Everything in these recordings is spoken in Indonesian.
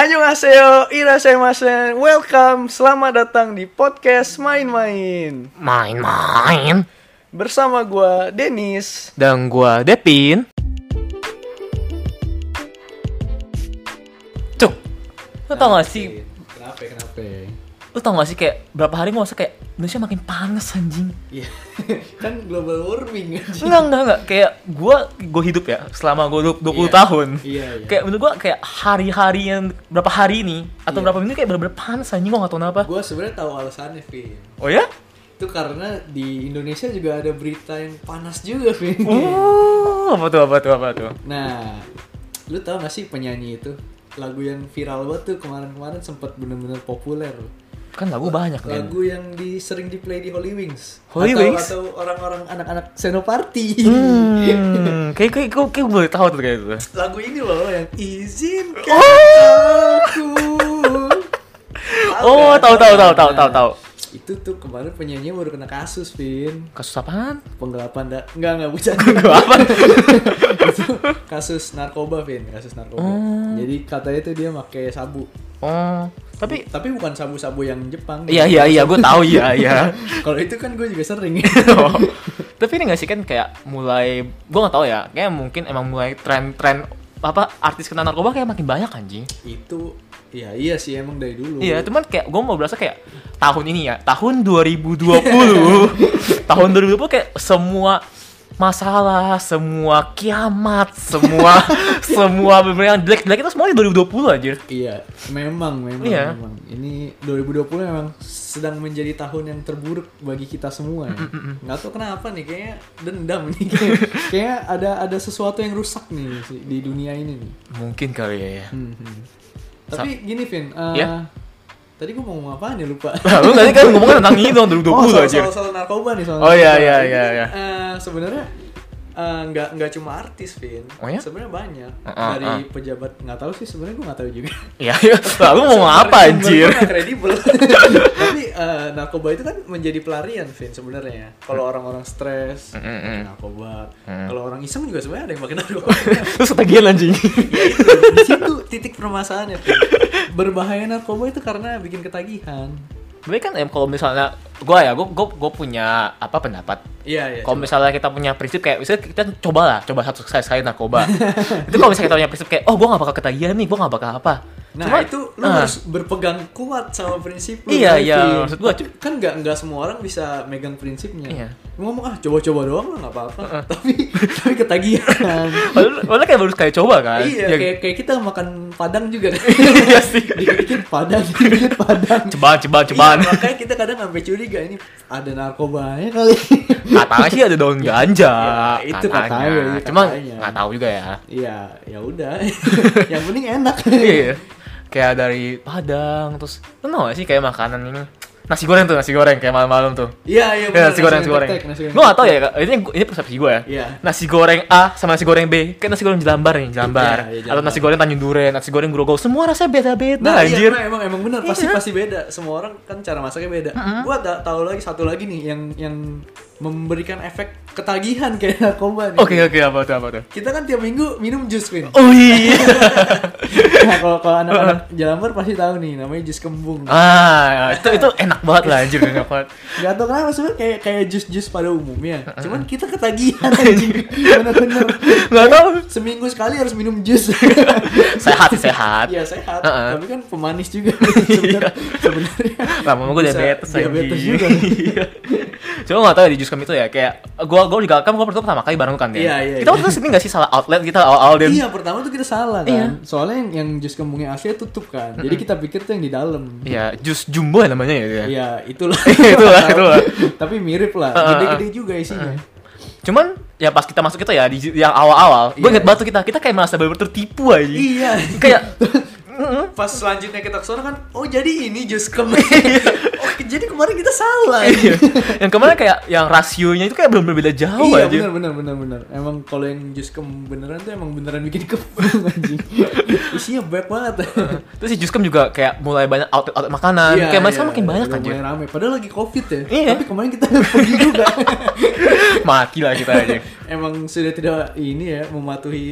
Annyeonghaseyo, irashaimase, welcome, selamat datang di podcast Main-Main. Main-main. Bersama gua Denis. Dan gua Depin. Cuk, lu tau gak sih? Kenapa? Lu tau gak sih kayak berapa hari gua rasa kayak Indonesia makin panas anjing. Iya, kan global warming anjing. Enggak. Kayak gua hidup ya selama gua 20 tahun. Iya. Kayak menurut gua kayak hari-hari yang berapa hari ini atau berapa minggu kayak bener-bener panas anjing, gua gak tau kenapa. Gua sebenarnya tahu alasannya, Vin. Oh ya? Itu karena di Indonesia juga ada berita yang panas juga, Vin. Oh, apa tuh? Nah, lu tahu gak sih penyanyi itu? Lagu yang viral banget tuh kemarin sempat bener-bener populer. Kan lagu banyak kan. Lagu yang sering di-play di Holy Wings. Atau orang-orang anak-anak Senoparty. Kayak gue boleh tahu tuh kayak itu. Lagu ini loh yang izinkan aku. Tahu. Itu tuh kemarin penyanyi baru kena kasus, Vin. Kasus apaan? Penggelapan enggak bukan. Penggelapan. Itu kasus narkoba, Vin, Jadi katanya tuh dia pakai sabu. Tapi bukan sabu-sabu yang Jepang. Iya, gue tahu ya. Kalau itu kan gue juga sering. Tapi ini nggak sih kan kayak mulai, gue nggak tahu ya, kayak mungkin emang mulai tren apa artis kena narkoba kayak makin banyak anjing. Itu iya sih emang dari dulu. Iya, cuman kayak gue mau berasa kayak tahun ini ya, tahun 2020 tahun 2020 kayak semua masalah, semua kiamat, semua bener yang jelek-jelek itu semuanya 2020 aja. Iya, memang. Iya. Ini 2020 memang sedang menjadi tahun yang terburuk bagi kita semua ya. Nggak tahu kenapa nih, kayaknya dendam nih. Kayaknya ada sesuatu yang rusak nih di dunia ini nih. Mungkin kali ya. Tapi gini, Vin. Ya? Tadi gue mau ngomong apaan ya, lupa. Lu tadi kan ngomongin tentang ini dong, 2020 aja. Soal narkoba nih. Oh iya. Sebenarnya nggak cuma artis, Vin. Oh ya? Sebenarnya banyak dari pejabat, nggak tahu sih, sebenarnya gue nggak tahu juga. Iya. Lalu mau ngomong apa anjir? Nggak kredibel. Tapi narkoba itu kan menjadi pelarian, Vin, sebenarnya. Kalau orang-orang stres, pakai narkoba. Kalau orang iseng juga sebenarnya ada yang pakai narkoba. Terus ketagihan anjing. Ya itu, di situ titik permasalahannya, Vin. Berbahaya narkoba itu karena bikin ketagihan. Tapi kan kalau misalnya gue punya pendapat. Iya. Kalau misalnya kita punya prinsip kayak misalnya kita coba satu sekali narkoba. Itu kalau misalnya kita punya prinsip kayak gue gak bakal ketagihan nih, gue gak bakal apa. Nah, cuma, itu lu harus berpegang kuat sama prinsip lu. Iya, maksud gue kan nggak semua orang bisa megang prinsipnya. Iya. Ngomong coba-coba doang lah nggak apa-apa. Tapi ketagihan. Padahal kayak baru sekali coba kan. Iya, kayak kita makan padang juga kan. Iya sih. Dikit padang. Cobaan. Iya, makanya kita kadang sampai curiga ini ada narkobanya kali. Katanya sih ada daun ganja. Ya, itu katanya. Cuma nggak tahu juga ya. Iya, ya udah. Yang penting enak. Iya. Kayak dari Padang, terus lu tau gak sih kayak makanan ini nasi goreng kayak malam-malam tuh. Iya, nasi goreng. Gue gak tau ya, ini persepsi gue ya. Iya. Nasi goreng A sama nasi goreng B, kayak nasi goreng Jelambar. Iya, Atau nasi goreng Tanjung Duren, nasi goreng Grogol, semua rasanya beda-beda. Nah, anjir. Iya, emang benar, pasti beda. Semua orang kan cara masaknya beda. Gua tahu lagi satu lagi nih yang memberikan efek ketagihan kayak narkoba nih. Oke, apa tuh? Kita kan tiap minggu minum jus, Vin. Oh iya. Nah, kalau anak-anak Jelambar pasti tahu nih, namanya jus kembung. Itu enak banget lah anjir, enak banget. Gak tau kenapa sebenarnya kayak jus-jus pada umumnya. Cuman kita ketagihan anjing. Bener-bener. Gak tau. Seminggu sekali harus minum jus. Sehat. Iya, sehat. Tapi kan pemanis juga sebenarnya. Lama-lama gue diabetes juga. Cuma gak tau ya di Juscom itu ya, kayak gue juga kan gue pertama kali bareng kan ya. Iya. Kita waktu itu sini gak sih salah outlet kita awal-awal dan. Iya, pertama tuh kita salah kan. Soalnya yang jus kembungnya asli tutup kan. Jadi kita pikir tuh yang di dalam. Iya, jus jumbo ya namanya ya. Iya, itulah. itulah. Tapi mirip lah, gede-gede juga isinya. Cuman ya pas kita masuk itu ya di yang awal-awal, gue inget banget tuh kita kayak merasa bener-bener tertipu aja. Iya. Kayak pas selanjutnya kita kesana kan, oh jadi ini jus kembung. Jadi kemarin kita salah. Yang kemarin kayak yang rasionya itu kayak belum berbeda jauh aja. Iya, benar. Emang kalau yang jus beneran tuh emang beneran bikin kembung anjing. Isinya banyak banget. Terus si Juscom juga kayak mulai banyak outlet makanan. Kayak sekarang makin banyak aja. Mulai rame. Padahal lagi Covid ya. Iya. Tapi kemarin kita pergi juga. Mati lah kita aja. Emang sudah tidak ini ya mematuhi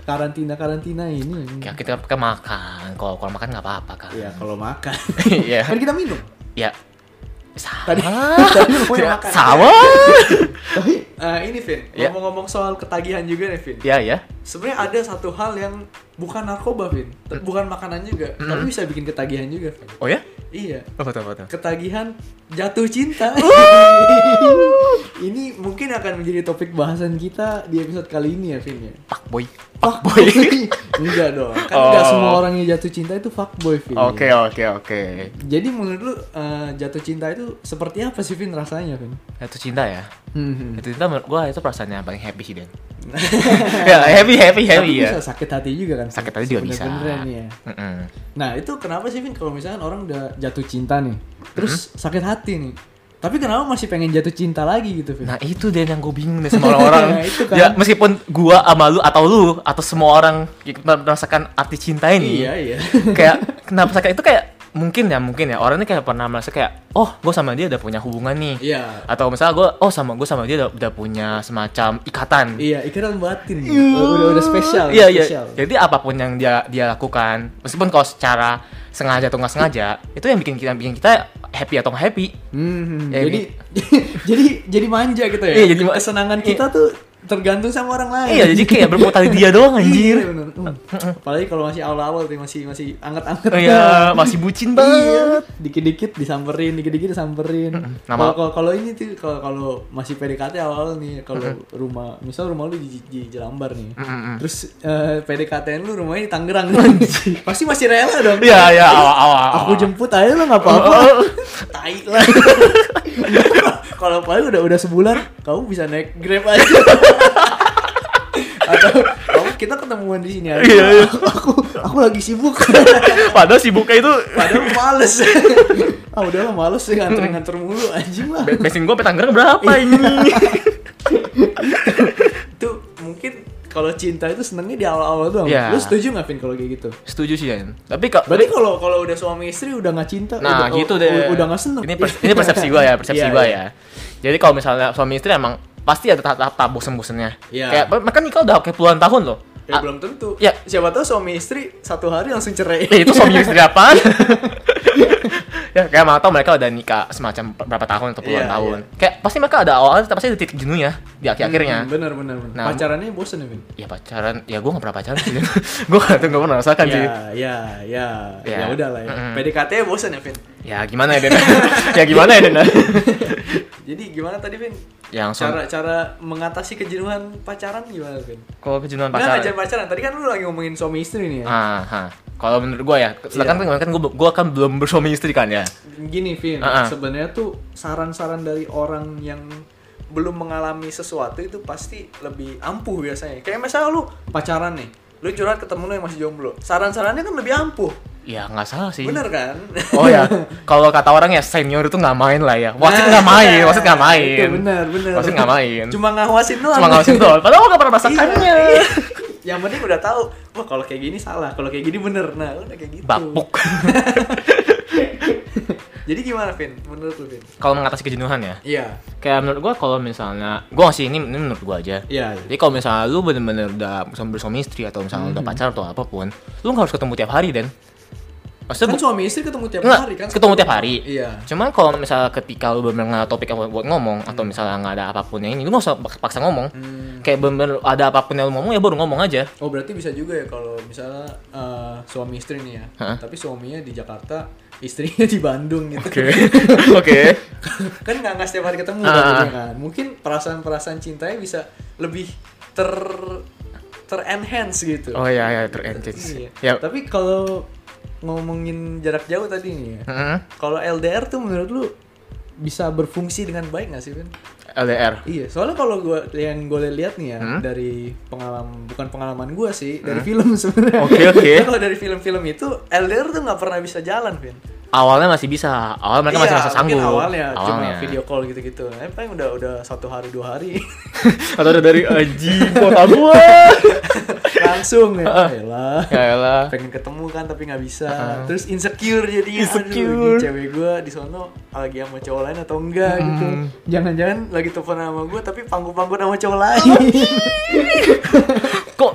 karantina ini. Ya kita kan makan. Kalau makan nggak apa-apa kan. Iya, kalau makan. Iya. Kan kita minum. Ya. Sama. Tadi ngomongin makan. Sama. Tapi ini Vin, Ya. ngomong-ngomong soal ketagihan juga nih Vin. Ya. Sebenarnya ada satu hal yang bukan narkoba Vin, bukan makanan juga, tapi bisa bikin ketagihan juga Vin. Oh ya? Iya. Apa tuh? Ketagihan jatuh cinta. Ini mungkin akan menjadi topik bahasan kita di episode kali ini ya Vin ya. Fuckboy. Enggak dong. Kan enggak semua orang yang jatuh cinta itu fuckboy Vin. Oke. Jadi menurut lu jatuh cinta itu seperti apa sih Vin rasanya Vin? Jatuh cinta ya. Hmm. Jatuh cinta menurut gua itu perasaan yang paling happy sih, Den. Ya, happy Tapi ya. bisa sakit hati juga kan. Vin? Sakit hati juga bisa. Sebenernya nih ya. Nah itu kenapa sih Vin kalau misalkan orang udah jatuh cinta nih, terus sakit hati nih, tapi kenapa masih pengen jatuh cinta lagi gitu Vin? Nah itu deh yang gue bingung deh sama orang-orang. Nah, itu kan. Ya meskipun gua sama lu atau semua orang yang merasakan arti cinta ini. Iya. Kayak kenapa sakit itu kayak mungkin ya orang ini kayak pernah merasa kayak gue sama dia udah punya hubungan nih. Iya. Atau misalnya gue sama dia udah punya semacam ikatan. Iya, ikatan batin. Udah spesial. Iya. spesial. Jadi apapun yang dia lakukan, meskipun kalau secara sengaja atau nggak sengaja, itu yang bikin kita happy atau nggak happy. Ya, jadi manja gitu ya. Iya, jadi kesenangan kita tuh tergantung sama orang lain. Iya, jadi kayak berputar di dia doang anjir. Iya, bener. Apalagi kalau masih awal-awal tuh masih anget-anget. Iya, masih bucin banget. Dikit-dikit disamperin. Kalau ini tuh kalau masih PDKT awal nih, kalau misal rumah lu di Jelambar nih. Terus PDKT lu rumahnya di Tangerang nih. Pasti masih rela dong. Iya, awal. Aku jemput aja lo enggak apa-apa. Tai lah. Kalau paling udah sebulan, kamu bisa naik Grab aja. Atau kita ketemuan di sini aja. Iya. Aku lagi sibuk. Padahal sibuknya itu Padahal males. Udahlah males sih nganter mulu anjing lah. bensin gue Tangerang berapa ini? Itu mungkin kalau cinta itu senengnya di awal-awal doang. Ya. Lu setuju nggak Vin kalau kayak gitu? Setuju sih ya. Tapi berarti kalau udah suami istri udah nggak cinta, gitu deh. Udah nggak seneng. Ini persepsi gue ya, Iya. ya. Jadi kalau misalnya suami istri emang pasti ada tahap bosen-bosennya. Iya. Kayak mereka nikah udah kayak puluhan tahun loh. Ya belum tentu. Ya. Siapa tahu suami istri satu hari langsung cerai. Itu suami istri apa? Ya kayak mau tau mereka udah nikah semacam berapa tahun atau puluhan Iya, tahun. Kayak pasti mereka ada awalnya, tapi pasti ada titik jenuhnya di akhir-akhirnya. Bener. Nah, Pacarannya bosen ya Vin? Ya pacaran, ya gue gak pernah pacaran sih. Gue gak pernah rasakan sih. Ya udah lah ya. PDKT bosen ya Vin? Ya gimana ya Den? Jadi gimana tadi Vin? Yang Cara mengatasi kejenuhan pacaran gimana Vin? kalau kejenuhan Nggak, pacaran. pacaran. Tadi kan lu lagi ngomongin suami istri nih ya. Kalau menurut gue ya, sedangkan kan gue kan belum bersuami istri kan ya. Gini Vin, sebenarnya tuh saran-saran dari orang yang belum mengalami sesuatu itu pasti lebih ampuh biasanya. Kayak misalnya lu pacaran nih, lu curhat ke temen lu yang masih jomblo, saran-sarannya kan lebih ampuh. Ya nggak salah sih. Bener kan? Oh ya, kalau kata orang ya senior itu nggak main lah ya. Wasit nggak main. Itu bener. Wasit nggak main. Cuma ngawasin doang. Padahal nggak pernah merasakannya. Iya. Yang penting udah tahu, wah kalau kayak gini salah, kalau kayak gini bener. Nah, udah kayak gitu. Bapuk. Jadi gimana Vin? Menurut lu Vin? Kalau mengatasi kejenuhan ya. Iya. Kayak menurut gua kalau misalnya gua ngasih ini menurut gua aja. Iya. Jadi kalau misalnya lu bener-bener udah bersuami istri atau misalnya udah pacar atau apapun, lu nggak harus ketemu tiap hari Den. Maksudnya Kan suami istri ketemu tiap Nggak, hari kan? ketemu tiap hari. Iya. Cuman kalau misalnya ketika lu bener-bener nggak ada topik yang buat ngomong atau misalnya nggak ada apapun yang ini, lu nggak usah paksa ngomong. Kayak bener-bener ada apapun yang lu ngomong ya baru ngomong aja. Oh berarti bisa juga ya kalau misalnya suami istri nih ya, tapi suaminya di Jakarta, istrinya di Bandung gitu. Oke. Kan nggak setiap hari ketemu kan? Mungkin perasaan cintanya bisa lebih ter-enhance gitu. Oh iya ter-enhance. Iya. Ya. Tapi kalau ngomongin jarak jauh tadi nih ya, kalau LDR tuh menurut lu bisa berfungsi dengan baik nggak sih Vin? LDR. Iya, soalnya kalau gue lihat nih ya dari bukan pengalaman gue sih, dari film sebenarnya. Oke. Kalau dari film-film itu LDR tuh nggak pernah bisa jalan, Vin. Awalnya masih bisa, mereka masih rasa sanggup. Awalnya cuma video call gitu-gitu. Paling udah 1 hari 2 hari. Atau udah dari anjing kota gua. Langsung ya. Yaelah. Pengen ketemu kan tapi nggak bisa. Terus insecure jadinya. Insecure. Aduh, cewek gue di sono lagi sama cowok lain atau enggak gitu. Jangan-jangan lagi telepon sama gue tapi pangku-pangku sama cowok lain.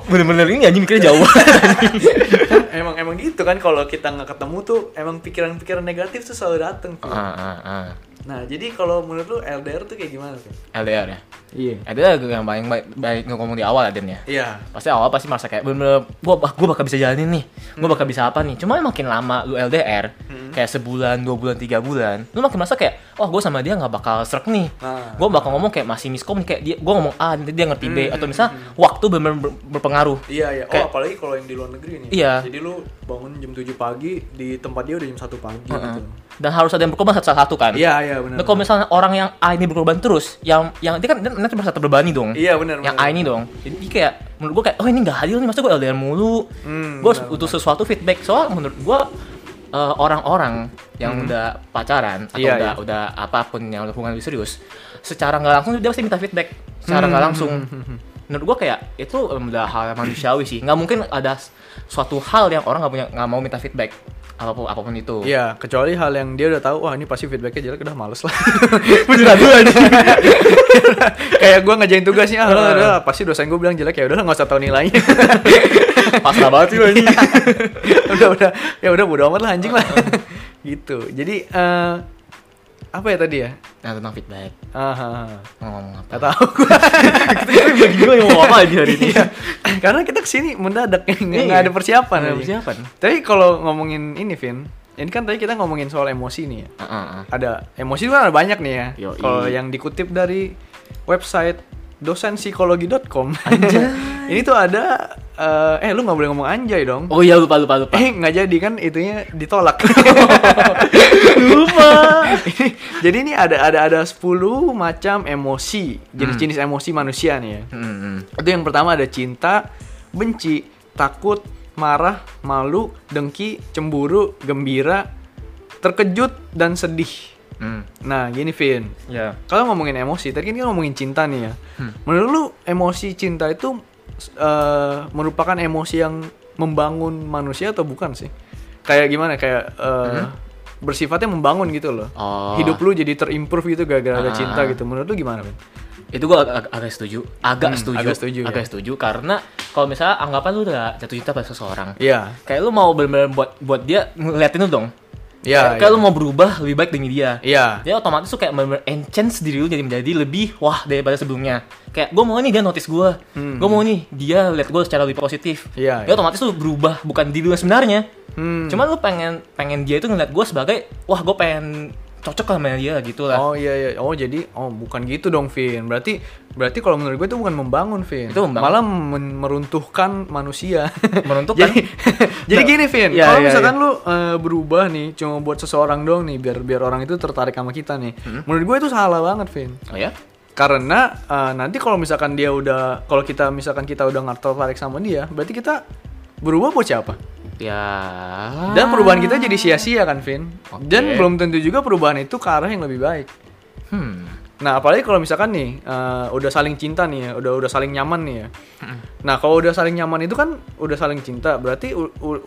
bener-bener ini anjing mikirnya jauh. emang gitu kan, kalau kita nggak ketemu tuh emang pikiran-pikiran negatif tuh selalu dateng tuh. Nah jadi kalau menurut lu LDR tuh kayak gimana tuh? LDR ya? Iya. LDR yang paling baik ngomong di awal ya Den ya? Iya. Pasti awal pasti merasa kayak bener-bener gue bakal bisa jalanin nih, gue bakal bisa apa nih. Cuma makin lama lu LDR, kayak sebulan, 2 bulan, 3 bulan, lu makin merasa kayak, wah gue sama dia nggak bakal serak nih. Gue bakal ngomong kayak masih miskom, kayak dia, gue ngomong A, nanti dia ngerti B, atau misalnya waktu bener-bener berpengaruh. Iya. Kayak, apalagi kalau yang di luar negeri nih. Iya. Jadi lu bangun jam 7 pagi, di tempat dia udah jam 1 pagi gitu. Dan harus ada yang berkorban satu-satu kan. Iya benar. Nah kalau misalnya orang yang A ini berkorban terus, yang dia kan nanti merasa terbebani dong. Iya benar. Yang A ini dong. Jadi kayak menurut gue kayak, oh ini nggak adil nih, masa gue LDR mulu. Gue butuh sesuatu feedback. Soalnya menurut gue orang-orang yang udah pacaran atau udah apapun yang udah hubungan lebih serius, secara nggak langsung dia pasti minta feedback. Secara nggak langsung. Menurut gue kayak itu udah hal yang manusiawi sih. Nggak mungkin ada suatu hal yang orang nggak mau minta feedback. Apapun itu. Iya, kecuali hal yang dia udah tahu, wah ini pasti feedbacknya jelek, udah males lah. Beneran tuh aja. Kayak gue ngerjain tugasnya, udah pasti dosen gue bilang jelek, ya udah nggak usah tahu nilainya. Pasrah banget sih anjing. udah bodo amat lah anjing lah. Gitu. Jadi apa ya tadi ya? Nah, tentang feedback. Ngomong apa? Gak tahu gue. Kita bagi gue yang mau apa aja hari ini. Karena kita kesini mendadak, nggak ada persiapan. Tapi kalau ngomongin ini, Vin, ini kan tadi kita ngomongin soal emosi nih ya. Ada emosi kan ada banyak nih ya. Kalau yang dikutip dari website dosenpsikologi.com. Ini tuh ada lu nggak boleh ngomong anjay dong. Oh iya, lupa. Nggak jadi kan, itunya ditolak. Lupa. Jadi ini ada 10 macam emosi, jenis-jenis emosi manusia nih ya. Itu yang pertama ada cinta, benci, takut, marah, malu, dengki, cemburu, gembira, terkejut, dan sedih. Nah gini Vin, kalau ngomongin emosi, tadi kan kita ngomongin cinta nih ya. Menurut lu emosi cinta itu merupakan emosi yang membangun manusia atau bukan sih? Kayak gimana? Kayak bersifatnya membangun gitu loh. Hidup lu jadi terimprove gitu gara-gara ada cinta gitu. Menurut lu gimana, Vin? Itu gue agak setuju. Agak setuju karena kalau misalnya anggapan lu udah jatuh cinta pada seseorang, kayak lu mau benar-benar buat dia ngeliatin lu dong. Kayak lu mau berubah lebih baik dari dia. Jadi otomatis tuh kayak bener-bener enchant diri lu jadi menjadi lebih wah daripada sebelumnya. Kayak gue mau nih dia notice gue. Gue mau nih dia lihat gue secara lebih positif. Jadi otomatis lu berubah bukan diri lu sebenarnya. Cuma lu pengen dia itu ngeliat gue sebagai wah gue pengen cocok sama dia gitu lah. Jadi bukan gitu dong, Vin. Berarti kalau menurut gue itu bukan membangun, Vin. Itu malah meruntuhkan manusia. Meruntuhkan. Jadi gini, Vin. Kalau misalkan lu berubah nih cuma buat seseorang doang nih biar orang itu tertarik sama kita nih. Menurut gue itu salah banget, Vin. Oh ya? Karena nanti kalau misalkan kita udah nggak tertarik sama dia, berarti kita berubah buat siapa? Dan perubahan kita jadi sia-sia kan, Vin. Dan belum tentu juga perubahan itu ke arah yang lebih baik. Nah, apalagi kalau misalkan nih udah saling cinta nih ya, udah saling nyaman nih ya. Nah, kalau udah saling nyaman itu kan udah saling cinta, berarti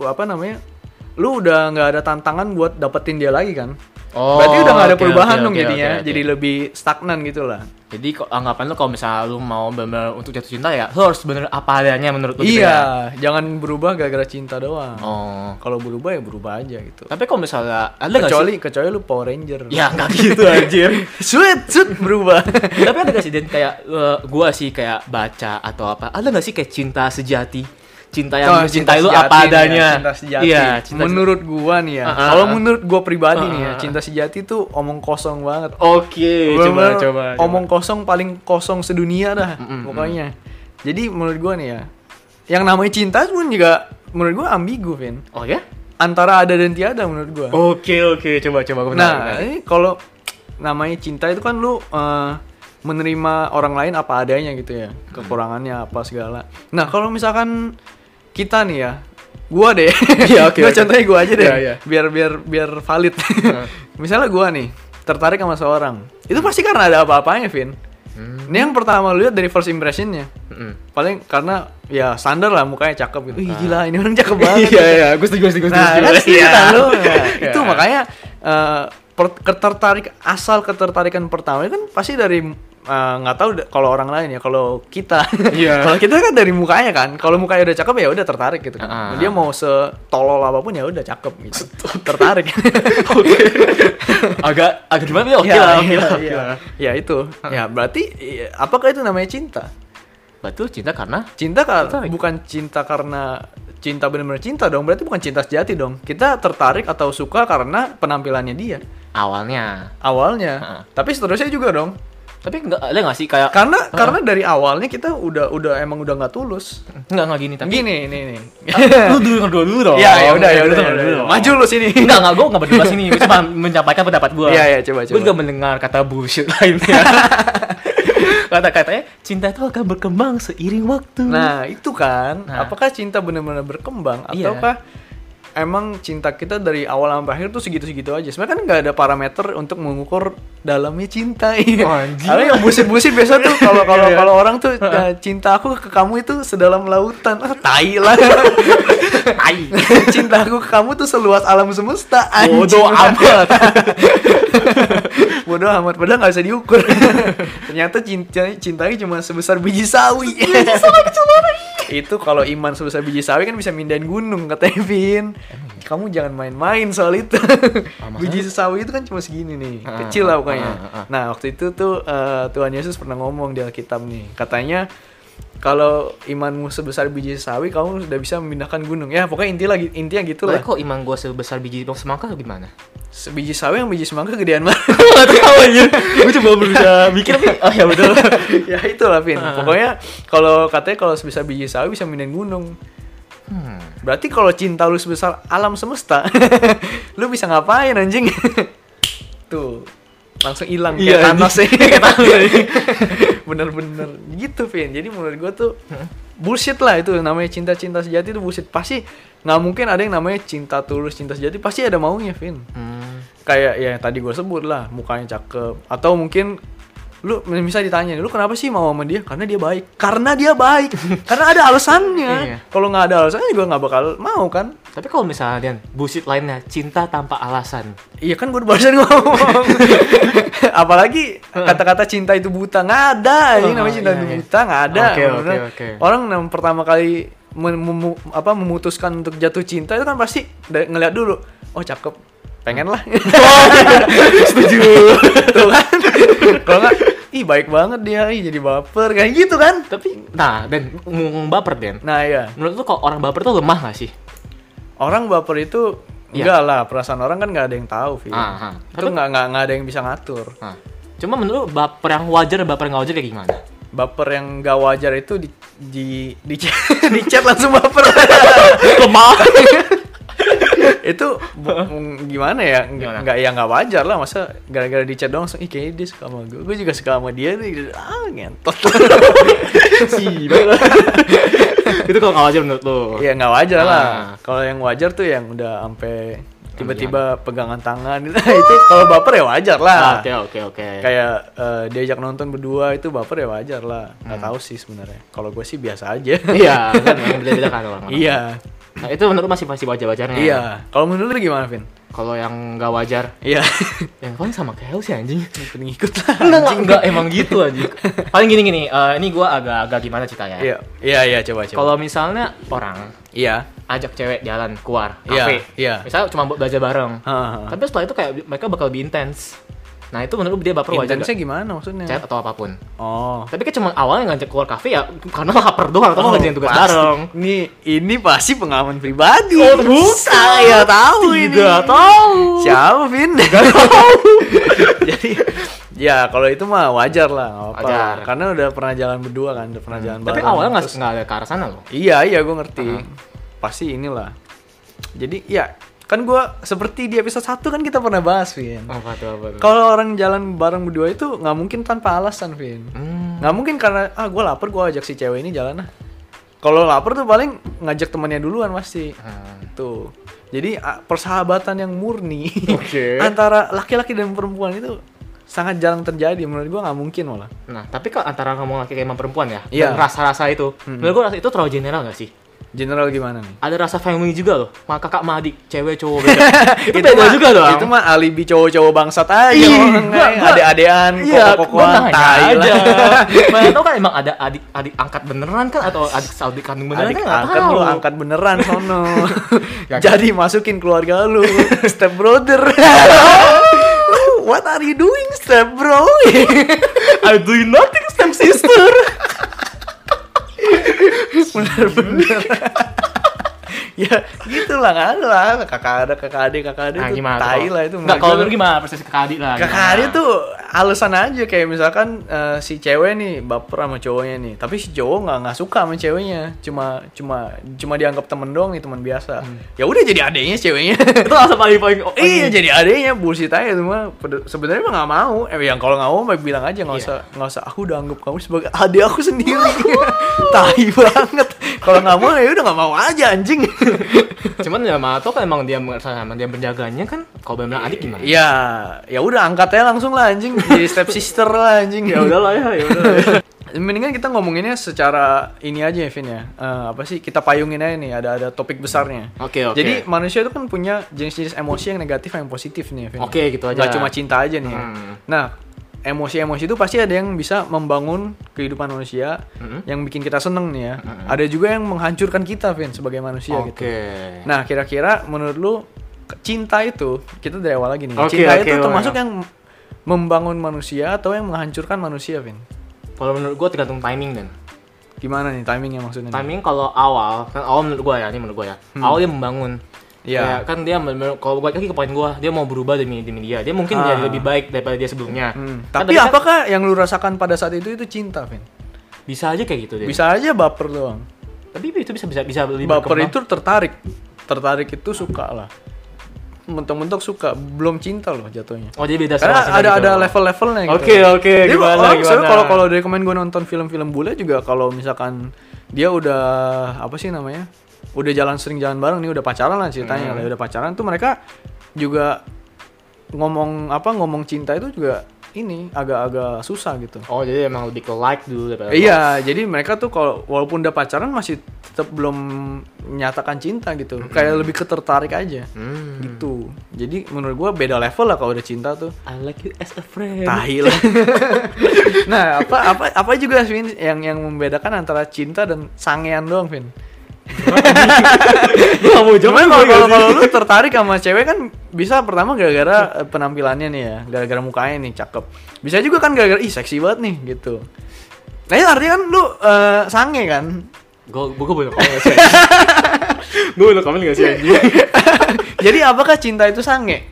lu udah nggak ada tantangan buat dapetin dia lagi kan. Berarti udah nggak ada perubahan dong jadinya. Jadi lebih stagnan gitu lah. Jadi anggapan lu kalau misalnya lu mau benar untuk jatuh cinta ya, lu harus bener apa adanya menurut lu gitu ya. Jangan berubah gara-gara cinta doang. Kalau berubah ya berubah aja gitu. Tapi kalau misalnya ada nggak sih? Kecuali lu Power Ranger. Ya nggak gitu anjir. Sweet berubah. Tapi ada nggak sih Dan kayak gua sih kayak baca atau apa? Ada nggak sih kayak cinta sejati? Cinta yang mencintai lu apa adanya. Cinta sejati. Menurut gua nih ya. Kalau menurut gua pribadi nih ya, cinta sejati tuh omong kosong banget. Coba. Omong kosong paling kosong sedunia dah pokoknya. Jadi menurut gua nih ya, yang namanya cinta pun juga menurut gua ambigu, Vin. Oh ya? Antara ada dan tiada menurut gua. Oke, coba. Nah, ini kalau namanya cinta itu kan lu menerima orang lain apa adanya gitu ya, kekurangannya apa segala. Nah, kalau misalkan kita nih ya, gua deh. Contohnya gua aja deh. Biar valid. Misalnya gua nih tertarik sama seorang. Itu pasti karena ada apa-apanya, Vin. Ini yang pertama lu lihat dari first impression-nya. Paling karena ya standar lah mukanya cakep gitu. Wih, gila, ini orang cakep banget. Iya, gue setuju. Itu makanya ketertarikan pertama kan pasti dari nggak tahu kalau orang lain ya, kalau kita Iya. kalau kita kan dari mukanya kan, kalau mukanya udah cakep ya udah tertarik gitu kan. Dia mau setolol apapun ya udah cakep gitu, tertarik. Oke. agak gimana ya? Oke lah, oke lah. Ya itu ya berarti apakah itu namanya cinta? Betul, cinta karena Cinta bukan cinta karena cinta benar-benar cinta dong, berarti bukan cinta sejati dong. Kita tertarik atau suka karena penampilannya dia awalnya. awalnya, tapi seterusnya juga dong. Tapi ada nggak sih kayak Karena dari awalnya kita udah emang udah nggak tulus. nggak gini tapi Gini nih. lu dulu dong. Ya udah. Dulu. Maju lu sini. Enggak, gue nggak berdua sini. Gue cuma menyampaikan pendapat gue. Iya, coba. Gue juga mendengar kata bullshit lainnya. Kata-katanya cinta itu akan berkembang seiring waktu. Nah, itu kan. Nah. Apakah cinta benar-benar berkembang Iya. ataukah emang cinta kita dari awal sampai akhir tuh segitu-segitu aja? Sebenarnya kan nggak ada parameter untuk mengukur dalamnya cinta. Oh, anjing. Karena yang busit-busit biasa tuh kalau orang tuh cinta aku ke kamu itu sedalam lautan. Tai lah. Tai. Cinta aku ke kamu tuh seluas alam semesta. Bodoh amat. Bodoh amat, padahal nggak bisa diukur. Ternyata cintanya cuma sebesar biji sawi. Itu kalau iman sebesar biji sawi kan bisa mindahin gunung, kata Evin. Kamu jangan main-main soal itu. Biji sawi itu kan cuma segini nih, kecil lah pokoknya. Nah waktu itu tuh Tuhan Yesus pernah ngomong di Alkitab nih, katanya kalau imanmu sebesar biji sawi, kamu sudah bisa memindahkan gunung. Ya pokoknya intinya gitulah. Kok iman gue sebesar biji semangka gimana? Biji sawi yang biji semangka gedean banget. Gak tahu aja. Gue coba berusaha mikir tapi ya betul. Ya itulah Vin. Pokoknya kalau katanya kalau sebesar biji sawi bisa mindahin gunung. Berarti kalau cinta lu sebesar alam semesta, lu bisa ngapain anjing? Tuh, langsung hilang Iya, kayak Thanos ya. Kayak Thanos. Bener-bener gitu Vin. Jadi menurut gua tuh bullshit lah itu, namanya cinta-cinta sejati itu bullshit. Pasti nggak mungkin ada yang namanya cinta tulus, cinta sejati, pasti ada maunya Vin. Kayak ya yang tadi gue sebut lah, mukanya cakep, atau mungkin lu bisa ditanya, lu kenapa sih mau sama dia? Karena dia baik. Karena ada alasannya. Iya. Kalau nggak ada alasannya juga nggak bakal mau kan. Tapi kalau misalnya Dan, bullshit lainnya, cinta tanpa alasan. Iya kan gue barusan ngomong. Apalagi kata-kata cinta itu buta, nggak ada. Ini namanya cinta itu buta, nggak ada. Oke. Orang yang pertama kali memutuskan untuk jatuh cinta itu kan pasti ngeliat dulu, oh cakep, pengen lah. Setuju. Tuh kan. Kalau nggak, ih baik banget dia, jadi baper kayak gitu kan. Tapi, nah Dan, ngomong baper Dan. Nah ya, Menurut lu kalau orang baper tuh lemah gak sih? orang baper itu enggak lah, perasaan orang kan nggak ada yang tahu, Vi. Itu nggak ada yang bisa ngatur. Cuma menurut lu baper yang wajar dan baper yang nggak wajar kayak gimana? Baper yang nggak wajar itu di chat langsung baper. Lemah. Itu gimana ya? Nggak wajar lah, masa gara-gara di chat doang langsung ih kayaknya dia suka sama gue juga suka sama dia nih. Ngentot. Sih, baiklah. Itu kalau nggak wajar menurut lu? Iya nggak wajar lah. Kalau yang wajar tuh yang udah sampai tiba-tiba pegangan tangan itu kalau baper ya wajar lah. Oke. Kayak diajak nonton berdua itu baper ya wajar lah. Nggak tahu sih sebenarnya. Kalau gue sih biasa aja. Iya, kan beda-beda kan orang. Iya. Nah, itu menurut masih wajar-wajarnya. Iya. Kalau menurut lu gimana, Vin? Kalau yang nggak wajar, Iya. yang kan sama kayak sih anjing. Pengikut lah. Enggak emang gitu anjing. Paling gini, ini gua agak gimana ceritanya. Iya, coba. Kalau misalnya orang ajak cewek jalan keluar kafe, misalnya cuma buat belajar bareng, tapi setelah itu kayak mereka bakal lebih intens. Nah itu menurut dia baper wajar. Intensnya gimana maksudnya? Chat atau apapun. Oh. Tapi kan cuma awalnya ngajak keluar kafe ya karena lapar doang atau mau ngerjain tugas bareng. Ini pasti pengalaman pribadi. Oh, bukan. Saya tahu ini. Tidak tahu. Siapa, Vin? Gak tahu. Jadi ya kalau itu mah wajar lah, nggak apa-apa. Wajar. Karena udah pernah jalan berdua kan, udah pernah jalan bareng. Tapi awalnya nggak ada ke arah sana loh. Iya, gue ngerti. Pasti inilah. Jadi ya kan gue seperti di episode 1 kan kita pernah bahas, Vin. Apa tuh? Kalau orang jalan bareng berdua itu nggak mungkin tanpa alasan, Vin. Nggak mungkin karena gue lapar, gue ajak si cewek ini jalan lah. Kalau lapar tuh paling ngajak temannya duluan pasti. Tuh. Jadi persahabatan yang murni antara laki-laki dan perempuan itu sangat jarang terjadi. Menurut gue nggak mungkin malah. Nah, tapi kalau antara ngomong laki sama perempuan ya, Iya. dan rasa-rasa itu, menurut gue rasa itu terlalu general nggak sih? General gimana nih? Ada rasa family juga loh. Kakak sama adik, cewek cowok beda. Itu beda juga dong. Itu mah alibi cowok-cowok bangsat aja. Ade-adean, koko-kokoan, tai aja. lah. Mana tau kan emang ada adik angkat beneran kan atau adik kandung beneran Adik kan nggak angkat tahu. lu angkat beneran sono. Ya, Jadi masukin keluarga lu, step brother. What are you doing, step bro? I'm doing nothing, step sister. Bener-bener. Ya gitulah kan lah, kakak adik Nah, itu gimana tai tuh? lah itu. Nggak, kalau menurut gimana persepsi kakak adik lah? Kakak adik tuh alasan aja, kayak misalkan si cewek nih baper sama cowoknya nih, tapi si cowok nggak suka sama ceweknya, cuma dianggap temen doang nih, teman biasa. Ya udah jadi adeknya ceweknya. Itu alasan paling Iya jadi adeknya, bullshit aja itu mah. Sebenarnya mah nggak mau. Yang kalau nggak mau baik bilang aja, nggak usah. Aku udah anggap kamu sebagai adik aku sendiri. Tai banget. Kalau nggak mau ya udah nggak mau aja anjing. Cuman ya Mato kan emang dia sama dia penjaganya kan. Kalau benar adik gimana? Iya, ya udah angkat aja langsung lah anjing. Jadi step sister lah anjing. Ya udahlah ya udah. Mendingan kita ngomonginnya secara ini aja ya, Vin ya. Apa sih, kita payungin aja nih, ada topik besarnya. Oke. Jadi manusia itu kan punya jenis-jenis emosi yang negatif yang positif nih, Vin. Oke, gitu aja. Gak cuma cinta aja nih. Nah, emosi-emosi itu pasti ada yang bisa membangun kehidupan manusia, yang bikin kita seneng nih ya. Ada juga yang menghancurkan kita, Vin, sebagai manusia gitu. Nah, kira-kira menurut lu cinta itu, kita dari awal lagi nih. Cinta itu termasuk yang membangun manusia atau yang menghancurkan manusia, Vin? Kalau menurut gue tergantung timing dan. Gimana nih timingnya maksudnya? Timing kalau awal menurut gue ya, ini menurut gue ya. Awal dia membangun. Iya. Kan dia kalau balik lagi ke poin gue, dia mau berubah demi dia. Dia mungkin jadi lebih baik daripada dia sebelumnya. Tapi apakah yang lu rasakan pada saat itu cinta, Vin? Bisa aja kayak gitu deh. Bisa aja baper doang. Tapi itu bisa lebih baper itu tertarik itu suka lah. Mentok-mentok suka, belum cinta loh jatuhnya. Oh, jadi beda. Karena ada level-levelnya gitu. Oke, gimana? Kalau dari kemarin gue nonton film-film bule juga, kalau misalkan dia udah apa sih namanya, udah sering jalan bareng nih, udah pacaran lah ceritanya, udah pacaran tuh mereka juga ngomong cinta itu juga ini agak-agak susah gitu. Oh, jadi emang lebih ke like dulu daripada iya, jadi mereka tuh kalau walaupun udah pacaran masih tetap belum menyatakan cinta gitu. Kayak lebih ketertarik aja. Gitu. Jadi menurut gua beda level lah kalau udah cinta tuh. I like you as a friend. Tahi lah. Nah, apa juga Vin yang membedakan antara cinta dan sangean doang, Vin? Cuman kalau lu tertarik sama cewek kan bisa pertama gara-gara penampilannya nih ya, gara-gara mukanya nih cakep. Bisa juga kan gara-gara seksi banget nih gitu. Nah itu artinya kan lu sange kan? Gue boleh komen gak sih? Gue boleh komen gak sih anjing? Jadi apakah cinta itu sange?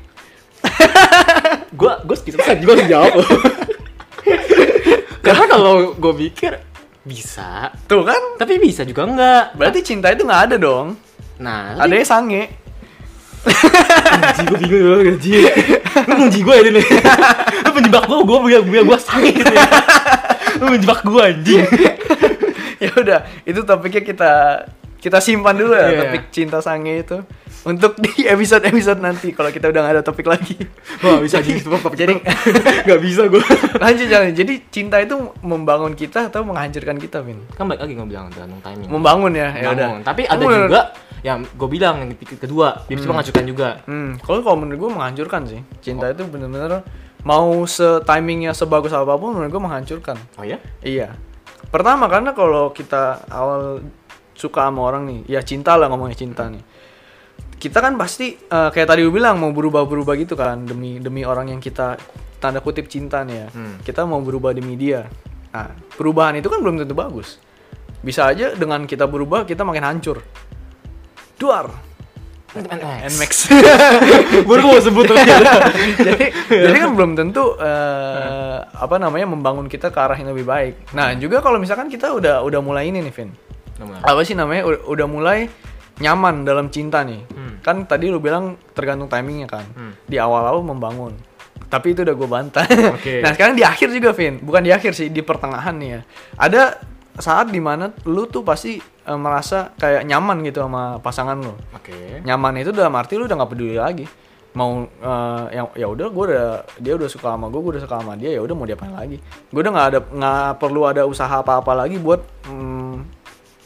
Gue sekitar juga jawab. Karena kalau gue mikir bisa. Tuh kan? Tapi bisa juga enggak. Berarti cinta itu nggak ada dong. Nah, adanya sange. Anjing, gue bingung banget anjing. Lu menjebak gue ini. Lu menjebak gue sange gitu ya. Lu menjebak gue anjing. Ya udah, itu topiknya kita simpan dulu ya, topik cinta sange itu. Untuk di episode nanti kalau kita udah gak ada topik lagi. Wah, bisa jadi jadi gak bisa gue. Lanjut jalan. Jadi cinta itu membangun kita atau menghancurkan kita, Vin? Kan balik lagi gue bilang tergantung timing. Membangun ya udah. Tapi ada juga yang gue bilang yang kedua, dia bisa menghancurkan juga. Kalau menurut gue menghancurkan sih. Cinta itu benar-benar mau timingnya sebagus apapun menurut gue menghancurkan. Oh ya? Iya. Pertama karena kalau kita awal suka sama orang nih, ya cinta lah, ngomongnya cinta nih. Kita kan pasti kayak tadi gue bilang mau berubah gitu kan demi orang yang kita tanda kutip cinta nih ya. Kita mau berubah demi dia. Nah, perubahan itu kan belum tentu bagus. Bisa aja dengan kita berubah kita makin hancur. Duar. Nmax. Baru gue sebut jadi kan belum tentu membangun kita ke arah yang lebih baik. Nah, juga kalau misalkan kita udah mulai ini nih, Vin. Apa sih namanya? Udah mulai nyaman dalam cinta nih. Kan tadi lu bilang tergantung timingnya kan. Di awal-awal membangun. Tapi itu udah gue bantah. Nah, sekarang di akhir juga, Vin. Bukan di akhir sih, di pertengahan nih ya. Ada saat dimana lu tuh pasti merasa kayak nyaman gitu sama pasangan lu. Nyaman itu dalam arti lu udah nggak peduli lagi. Mau ya udah dia udah suka sama gue udah suka sama dia, ya udah mau diapain lagi. Gue udah nggak perlu ada usaha apa-apa lagi buat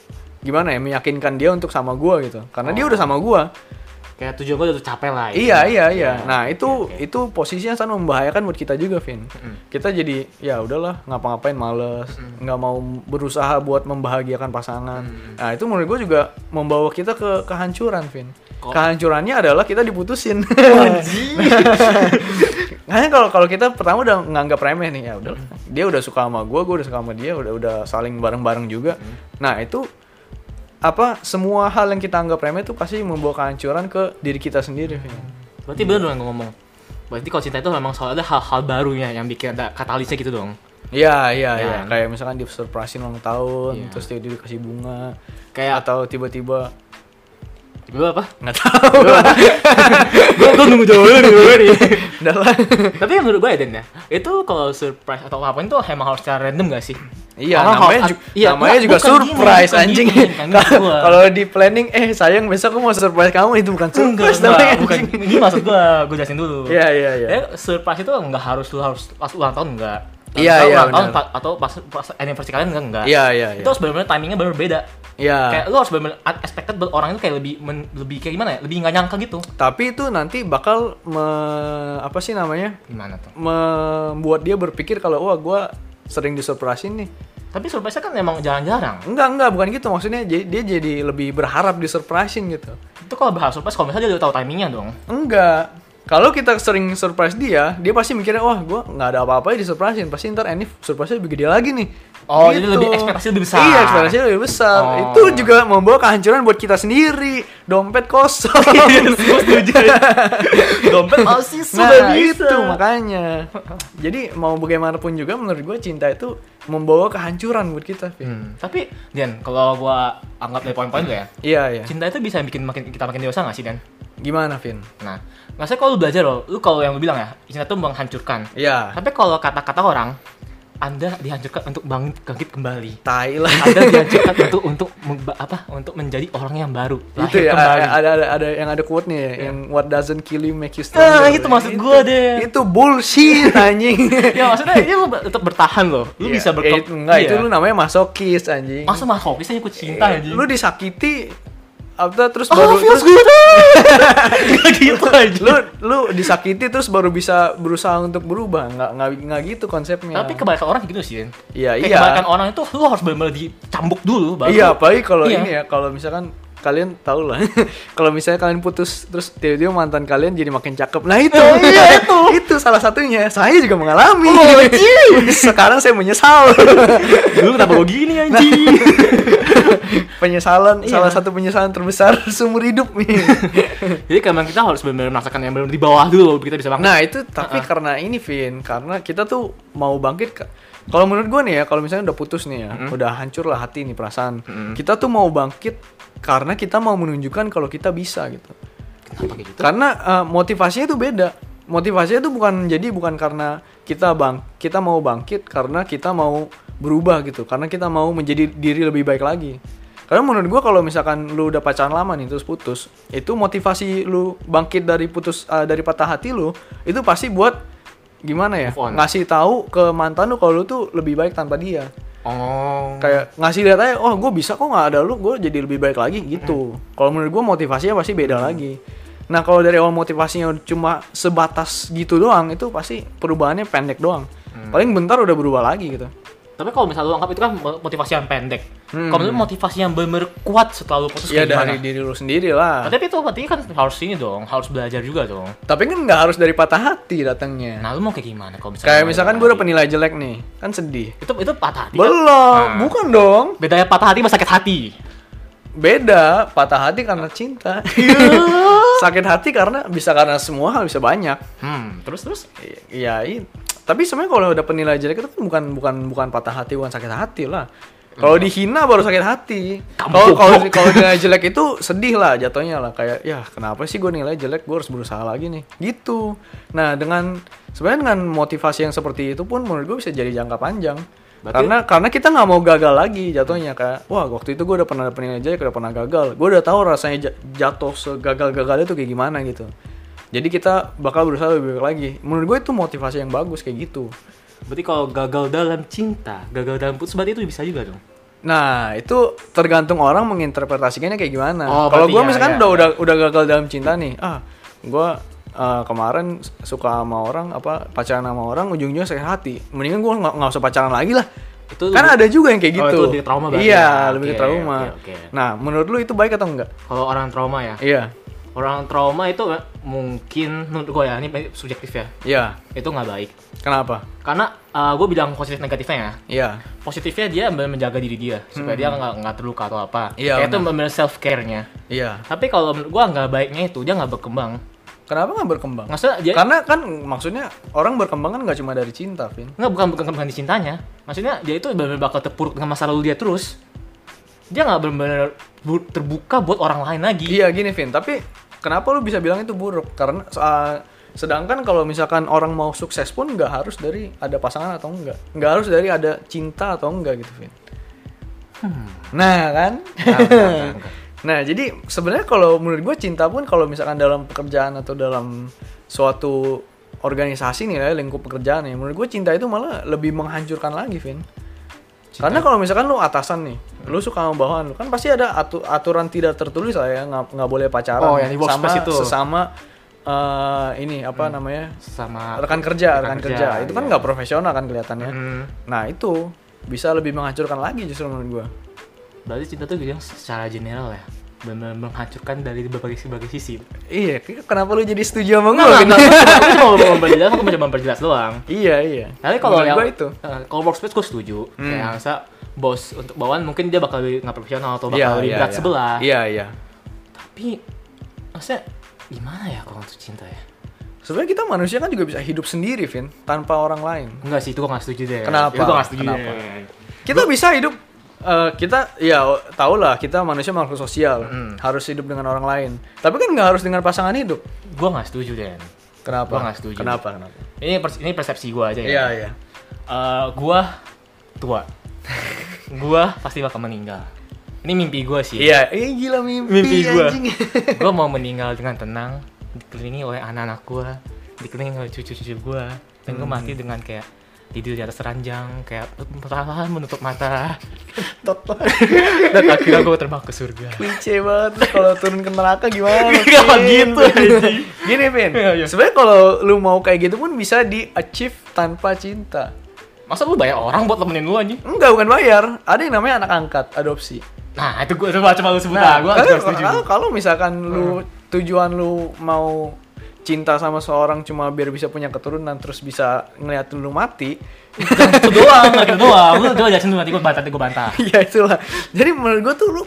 gimana ya, meyakinkan dia untuk sama gue gitu, karena dia udah sama gue. Kayak tujuan gue udah capek lah. Iya. Nah itu posisinya sangat membahayakan buat kita juga, Vin. Kita jadi ya udahlah ngapa-ngapain males, nggak mau berusaha buat membahagiakan pasangan. Nah itu menurut gue juga membawa kita ke kehancuran, Vin. Kehancurannya adalah kita diputusin. Hanya kalau kita pertama udah nganggap remeh nih, ya udah, dia udah suka sama gue udah suka sama dia, udah saling bareng-bareng juga. Nah itu semua hal yang kita anggap remeh itu pasti membawa kehancuran ke diri kita sendiri. Berarti bener dong yang ngomong. Berarti kalau cinta itu memang selalu ada hal-hal barunya yang bikin ada katalisnya gitu dong. Iya. Kayak misalkan di surprisein ulang tahun, terus dia dikasih bunga, kayak atau tiba-tiba gue apa? Nggak tahu. gue nunggu jawaban nih. Udah lah. Tapi menurut gue ya Den ya, itu kalau surprise atau apapun itu emang harus secara random gak sih? Iya, namanya juga surprise anjing. Kalau di planning, sayang besok aku mau surprise kamu, itu bukan surprise. Bukan. Ini maksud gue jelasin dulu. Iya. Surprise itu nggak harus pas ulang tahun enggak. Iya. Ulang tahun atau pas anniversary kalian enggak. Iya. Itu harus benar-benar timingnya berbeda. Iya. Kayak lu harus benar-benar expected orang itu kayak lebih kayak gimana ya? Lebih nggak nyangka gitu. Tapi itu nanti bakal Gimana tuh? Membuat dia berpikir kalau wah gue sering disurprisein nih. Tapi surprise kan emang jarang-jarang. Enggak, bukan gitu. Maksudnya dia jadi lebih berharap disurprisein gitu. Itu kalau berharap surprise, kalau misalnya dia udah tahu timingnya dong. Enggak. Kalau kita sering surprise dia pasti mikirnya, wah gue nggak ada apa-apa ya disurprisein. Pasti ntar surprise-nya lebih gede lagi nih. Oh, gitu. Jadi lebih ekspektasi lebih besar. Iya, ekspektasinya lebih besar. Itu juga membawa kehancuran buat kita sendiri. Dompet kosong. Setuju. Dompet masih sudah bisa. Itu makanya. Jadi mau bagaimanapun juga menurut gue cinta itu membawa kehancuran buat kita. Tapi Dan, kalau gue anggap dari poin-poin gue ya. Iya. Cinta itu bisa bikin kita makin dewasa nggak sih Dan? Gimana, Vin? Nah, maksudnya kalau lu belajar lu kalau yang lu bilang ya, cinta itu menghancurkan. Iya. Tapi kalau kata-kata orang, Anda dihancurkan untuk bangkit kembali. Tai lah. Anda dihancurkan untuk menjadi orang yang baru. Itu ya, ada yang ada quote nih ya, yang what doesn't kill you make you stronger. Itu maksud gue deh. Itu bullshit anjing. Ya maksudnya ini lu tetap bertahan loh. Lu bisa itu lu namanya masokis anjing. Masa masokis aja ikut cinta anjing. Lu disakiti terus baru feels good. Gitu aja. Lu disakiti terus baru bisa berusaha untuk berubah. Nggak gitu konsepnya. Tapi kebanyakan orang gitu sih. Iya. Kebanyakan orang itu lu harus benar-benar dicambuk dulu baru. Iya, apalagi kalau ini ya, kalau misalkan kalian tahu lah. Kalau misalnya kalian putus terus tiba-tiba mantan kalian jadi makin cakep. Nah itu. Itu salah satunya. Saya juga mengalami. Sekarang saya menyesal. Dulu kenapa gue gini anjing? Penyesalan, salah satu penyesalan terbesar seumur hidup nih. Jadi memang kita harus benar-benar merasakan yang benar-benar di bawah dulu kita bisa bangkit. Nah itu tapi karena ini Vin, karena kita tuh mau bangkit. Kalau menurut gue nih ya, kalau misalnya udah putus nih ya, udah hancur lah hati nih perasaan. Kita tuh mau bangkit karena kita mau menunjukkan kalau kita bisa gitu. Kenapa gitu? Karena motivasinya itu beda. Motivasinya itu bukan karena kita mau bangkit karena kita mau berubah gitu. Karena kita mau menjadi diri lebih baik lagi. Karena menurut gue kalau misalkan lu udah pacaran lama nih terus putus, itu motivasi lu bangkit dari patah hati lu itu pasti buat gimana ya? Ngasih tahu ke mantan lu kalau lu tuh lebih baik tanpa dia. Kayak ngasih lihat aja, gue bisa kok nggak ada lu, gue jadi lebih baik lagi gitu. Kalau menurut gue motivasinya pasti beda lagi. Nah kalau dari awal motivasinya cuma sebatas gitu doang, itu pasti perubahannya pendek doang. Paling bentar udah berubah lagi gitu. Tapi kalau misalnya lu anggap itu kan motivasi yang pendek. Kalau menurut motivasi yang benar kuat setelah lu putus ya dari diri lu sendiri lah. Tapi itu berarti kan harus ini dong, harus belajar juga dong. Tapi kan nggak harus dari patah hati datangnya. Nah lu mau kayak gimana kalau misalnya? Kayak misalkan gue udah penilai jelek nih, kan sedih. Itu patah hati. Belum, bukan dong. Bedanya patah hati sama sakit hati. Beda, patah hati karena cinta. Sakit hati karena semua hal bisa banyak. Terus? Iya. Tapi sebenarnya kalau udah penilai jelek itu kan bukan patah hati, bukan sakit hati lah. Kalau dihina baru sakit hati. Kalau nilai jelek itu sedih lah jatuhnya lah, kayak ya kenapa sih gue nilai jelek, gue harus berusaha lagi nih. Gitu. Nah, sebenarnya dengan motivasi yang seperti itu pun menurut gue bisa jadi jangka panjang. Berarti, karena kita nggak mau gagal lagi jatuhnya, kayak wah waktu itu gue udah pernah penilai jelek, udah pernah gagal. Gue udah tahu rasanya jatuh segagal-gagalnya itu kayak gimana gitu. Jadi kita bakal berusaha lebih baik lagi. Menurut gue itu motivasi yang bagus kayak gitu. Berarti kalau gagal dalam cinta, gagal dalam putus berarti itu bisa juga dong? Nah, itu tergantung orang menginterpretasikannya kayak gimana. Oh, Kalau berarti gue ya, misalkan ya. udah gagal dalam cinta nih, gue kemarin suka sama orang, pacaran sama orang, ujung-ujungnya sakit hati. Mendingan gue nggak usah pacaran lagi lah. Itu Kan ada juga yang kayak gitu. itu lebih ke trauma berarti Iya, ya? lebih ke Oke, trauma. oke. Nah, menurut lu itu baik atau enggak? Kalau orang trauma ya, Iya, orang trauma itu mungkin menurut gue ya, ini subjektif ya, iya. itu nggak baik. Kenapa? Karena gue bilang positif negatifnya ya. Iya, Positifnya dia menjaga diri dia supaya dia nggak terluka atau apa. Iya, Kayak itu benar. benar self care-nya. iya. Tapi kalau menurut gue nggak baiknya itu dia nggak berkembang. Kenapa nggak berkembang? Maksudnya dia Karena kan maksudnya orang berkembang kan nggak cuma dari cinta, Vin. bukan di cintanya. Maksudnya dia itu benar-benar bakal terpuruk dengan masa lalu dia terus. Dia nggak benar-benar terbuka buat orang lain lagi. Iya gini, Vin. Tapi kenapa lu bisa bilang itu buruk? Karena sedangkan kalau misalkan orang mau sukses pun nggak harus dari ada pasangan atau enggak. Nggak harus dari ada cinta atau enggak gitu, Vin. Nah kan? Enggak. Nah, jadi sebenarnya kalau menurut gue cinta pun kalau misalkan dalam pekerjaan atau dalam suatu organisasi nih ya, lingkup pekerjaan ya, menurut gue cinta itu malah lebih menghancurkan lagi, Vin. Karena kalau misalkan lu atasan nih, lu suka sama bawahan lu, kan pasti ada aturan tidak tertulis lah ya, nggak boleh pacaran. Oh, yang di sama workspace itu. sesama ini apa namanya, Sama rekan kerja itu kan iya. nggak profesional kan kelihatannya. Hmm. Nah itu bisa lebih menghancurkan lagi justru menurut gue. Berarti cinta tuh yang secara general ya, benar menghancurkan dari berbagai sisi. Iya, kenapa lu jadi setuju sama gue? Aku cuma mau memperjelas doang. Iya. Tapi kalau Menurut yang gua itu. kalau workspace gue setuju. Kayak masa bos untuk bawahan mungkin dia bakal lebih nggak profesional atau bakal lebih berat sebelah. Iya. Tapi maksudnya gimana ya kalau untuk cinta ya? Sebenarnya kita manusia kan juga bisa hidup sendiri, Vin, tanpa orang lain. Enggak sih, itu gue nggak setuju deh. Kenapa? Itu gue nggak setuju Kenapa? deh. Kita bisa hidup kita ya tau lah kita manusia makhluk sosial, harus hidup dengan orang lain. Tapi kan nggak harus dengan pasangan hidup. Gue nggak setuju deh. Kenapa? Gua nggak setuju. Kenapa? Ini persepsi gue aja ya. Iya. Gue tua. Gue pasti bakal meninggal. Ini mimpi gue sih. Iya, gila mimpi gue. anjing. Gue mau meninggal dengan tenang, dikelilingi oleh anak-anak gue, dikelilingi oleh cucu-cucu gue, dan gue mati dengan kayak tidur di atas ranjang, kayak perlahan menutup mata, dan akhirnya gue terbang ke surga. Cliché banget. Terus kalau turun ke neraka gimana? Gak Vin? gitu, anjing. Gini, Vin. Iya. Sebenarnya kalau lu mau kayak gitu pun bisa di-achieve tanpa cinta. Masa lu bayar orang buat temenin lu anjing? Enggak, bukan bayar. Ada yang namanya anak angkat, adopsi. Nah, itu gue coba lu sebut gue harus setuju. Kalau misalkan lu tujuan lu mau cinta sama seorang cuma biar bisa punya keturunan terus bisa ngeliat lu mati. Itu doang, gitu doang. Lu coba jelasin dulu nanti gue bantah. Ya itulah. Jadi menurut gue tuh lu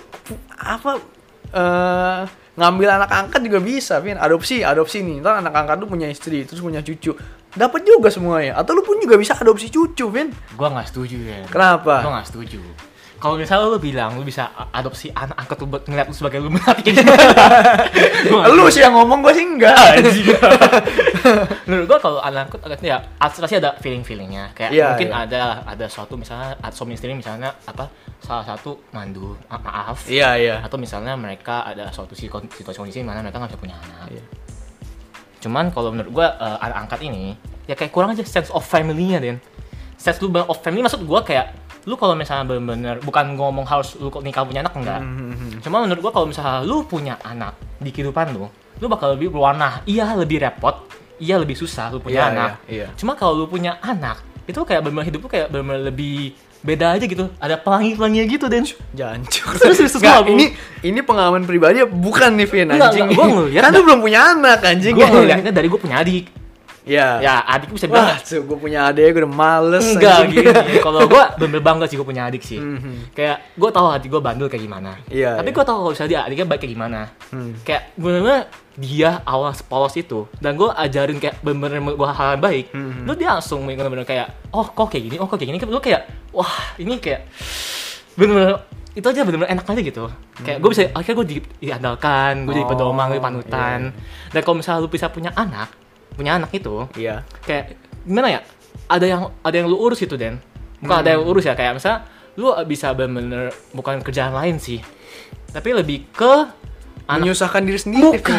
ngambil anak angkat juga bisa, Vin. Adopsi nih. Ntar anak angkat lu punya istri, terus punya cucu. Dapat juga semuanya. Atau lu pun juga bisa adopsi cucu, Vin. Gue nggak setuju ya. Kenapa? Gue nggak setuju. Kalau misalnya lu bilang lu bisa adopsi anak angkat lu buat ngeliat lu sebagai lu mati kayak gimana? Lu sih yang ngomong, gue sih enggak. Menurut gue kalau anak angkat ya pasti ada feelingnya. Kayak Iya, mungkin iya. ada suatu misalnya suami istri misalnya apa salah satu mandu maaf. Iya. Atau misalnya mereka ada suatu situasi kondisi mana mereka nggak bisa punya anak. Iya. Cuman kalau menurut gue anak angkat ini ya kayak kurang aja sense of family-nya Den. Sense lu of family maksud gue kayak lu kalau misalnya bener-bener bukan ngomong harus lu nikah punya anak enggak. Cuma menurut gua kalau misalnya lu punya anak di kehidupan lu bakal lebih berwarna. Iya lebih repot, iya lebih susah lu punya anak. Iya. Cuma kalau lu punya anak itu kayak bener-bener hidup lu kayak bener-bener lebih beda aja gitu. Ada pelangi-pelanginya gitu Den. Jancur. Serius Nggak, ini pengalaman pribadi bukan nih, Vin, anjing. Gue ngeliat kan lu belum punya anak, anjing. Gue ngeliatnya dari gue punya adik. Ya. Ya adik bisa bilang Wah, gue punya adik, gue udah males. enggak gini. Kalau gue bener-bener bangga sih gue punya adik sih. Kayak gue tahu adik gue bandel kayak gimana. Iya, Tapi iya. gue tahu kalau misalnya dia adiknya baik kayak gimana. Kayak bener-bener dia awal sepolos itu dan gue ajarin kayak bener-bener gue hal yang baik. Lu dia langsung bener-bener kayak oh kok kayak gini, lu kayak wah ini kayak bener-bener itu aja bener-bener enak aja gitu. Kayak gue bisa akhirnya gue diandalkan, gue jadi pedoman, gue panutan. Dan kalau misalnya lu bisa punya anak itu, Iya. kayak gimana ya? Ada yang lu urus itu Den. Bukan ada yang lu urus ya, kayak misalnya lu bisa bener-bener bukan kerjaan lain sih. Tapi lebih ke Menyusahkan diri sendiri, Vin.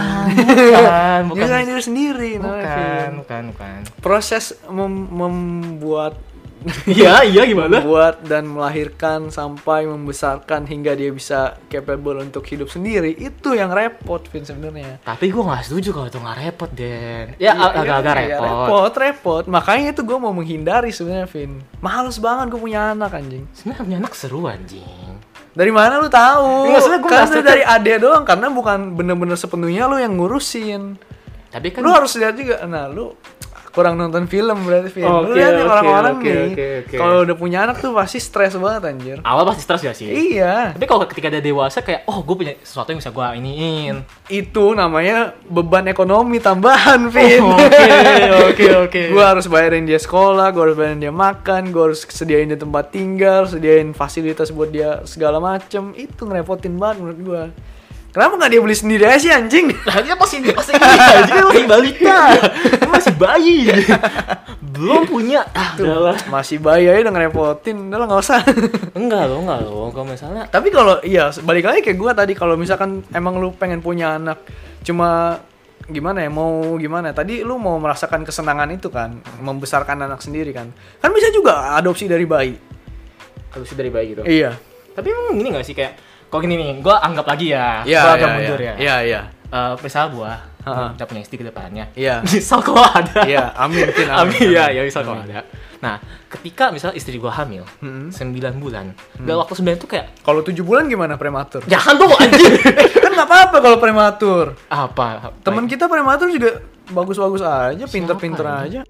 bukan. Menyusahkan diri sendiri, Bukan. Proses membuat Iya, gimana? Membuat dan melahirkan sampai membesarkan hingga dia bisa capable untuk hidup sendiri, itu yang repot, Vin, sebenarnya. Tapi gue nggak setuju kalau itu nggak repot, Den. Ya agak-agak repot. Makanya itu gue mau menghindari sebenarnya, Vin. Males banget gue punya anak, anjing. Sebenarnya punya anak seru, anjing. Dari mana lu tahu? Maksudnya gue karena dari ade doang, karena bukan bener-bener sepenuhnya lu yang ngurusin. Tapi kan Lu harus lihat juga. Nah, lu kurang nonton film berarti, Vin. Lu Oke, lihat nih orang-orang oke, nih, oke. kalau udah punya anak tuh pasti stres banget, anjir. awal pasti stres gak sih? Iya. Tapi kalau ketika dia dewasa kayak, oh gue punya sesuatu yang bisa gue iniin. Itu namanya beban ekonomi tambahan, Vin. Oke. Gua harus bayarin dia sekolah, gua harus bayarin dia makan, gua harus sediain dia tempat tinggal, sediain fasilitas buat dia segala macem. Itu ngerepotin banget menurut gua. Kenapa nggak dia beli sendiri aja sih, anjing? Nah, dia masih dia masih balita, dia masih bayi, belum punya. Udahlah. Masih bayi aja udah ngerepotin, udah lah nggak usah. Enggak loh. Kalau misalnya, Tapi kalau iya balik lagi kayak gua tadi, kalau misalkan emang lu pengen punya anak, cuma gimana ya, mau gimana? Tadi lu mau merasakan kesenangan itu kan, membesarkan anak sendiri kan? Kan bisa juga adopsi dari bayi. adopsi dari bayi gitu. Iya. Tapi emang gini gak sih kayak, kalau gini nih, gue anggap lagi ya, Iya, gue agak mundur ya. Iya. Misal gue Ha-ha. udah punya istri ke depannya. Iya. Misal kalau ada. Iya, amin, Vin, Amin ya, misal Amin. kalau ada. Nah, ketika misal istri gue hamil, 9 bulan, dalam waktu 9 itu kayak, Kalau 7 bulan gimana prematur? jangan dong anjir. Kan nggak apa-apa kalau prematur. Apa? Temen kita prematur juga bagus-bagus aja, pinter-pinter Siapa aja.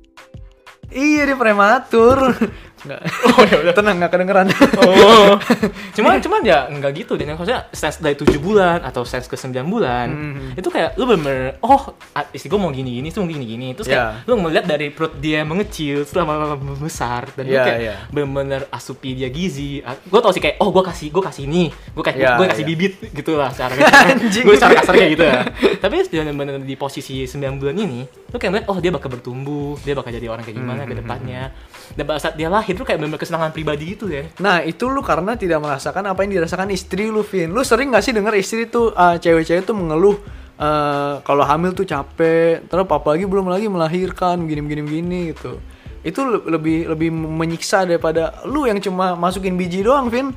Iya, dia prematur. Enggak. Oh ya udah. Tenang, nggak kedengeran. Oh. Cuman ya enggak gitu, dan yang maksudnya sense dari 7 bulan atau sense ke 9 bulan. Itu kayak lu bener, istri gue mau gini-gini, itu mau gini-gini. Terus kayak lu ngeliat dari perut dia mengecil setelah membesar, dan lu kayak bener-bener asupi dia gizi. Gue tau sih kayak, gue kasih ini, gue kasih bibit gitu lah secara gue secara kasar kayak gitu ya. Tapi bener-bener di posisi 9 bulan ini, lu kayak ngeliat, dia bakal bertumbuh, dia bakal jadi orang kayak gimana ke depannya. Dan pada saat dia lahir tuh kayak bener-bener kesenangan pribadi gitu ya. Nah, itu lu karena tidak merasakan apa yang dirasakan istri lu, Vin. Lu sering gak sih denger istri tuh, cewek-cewek tuh mengeluh kalau hamil tuh capek, terus apalagi belum lagi melahirkan, begini gitu. Itu lebih menyiksa daripada lu yang cuma masukin biji doang, Vin.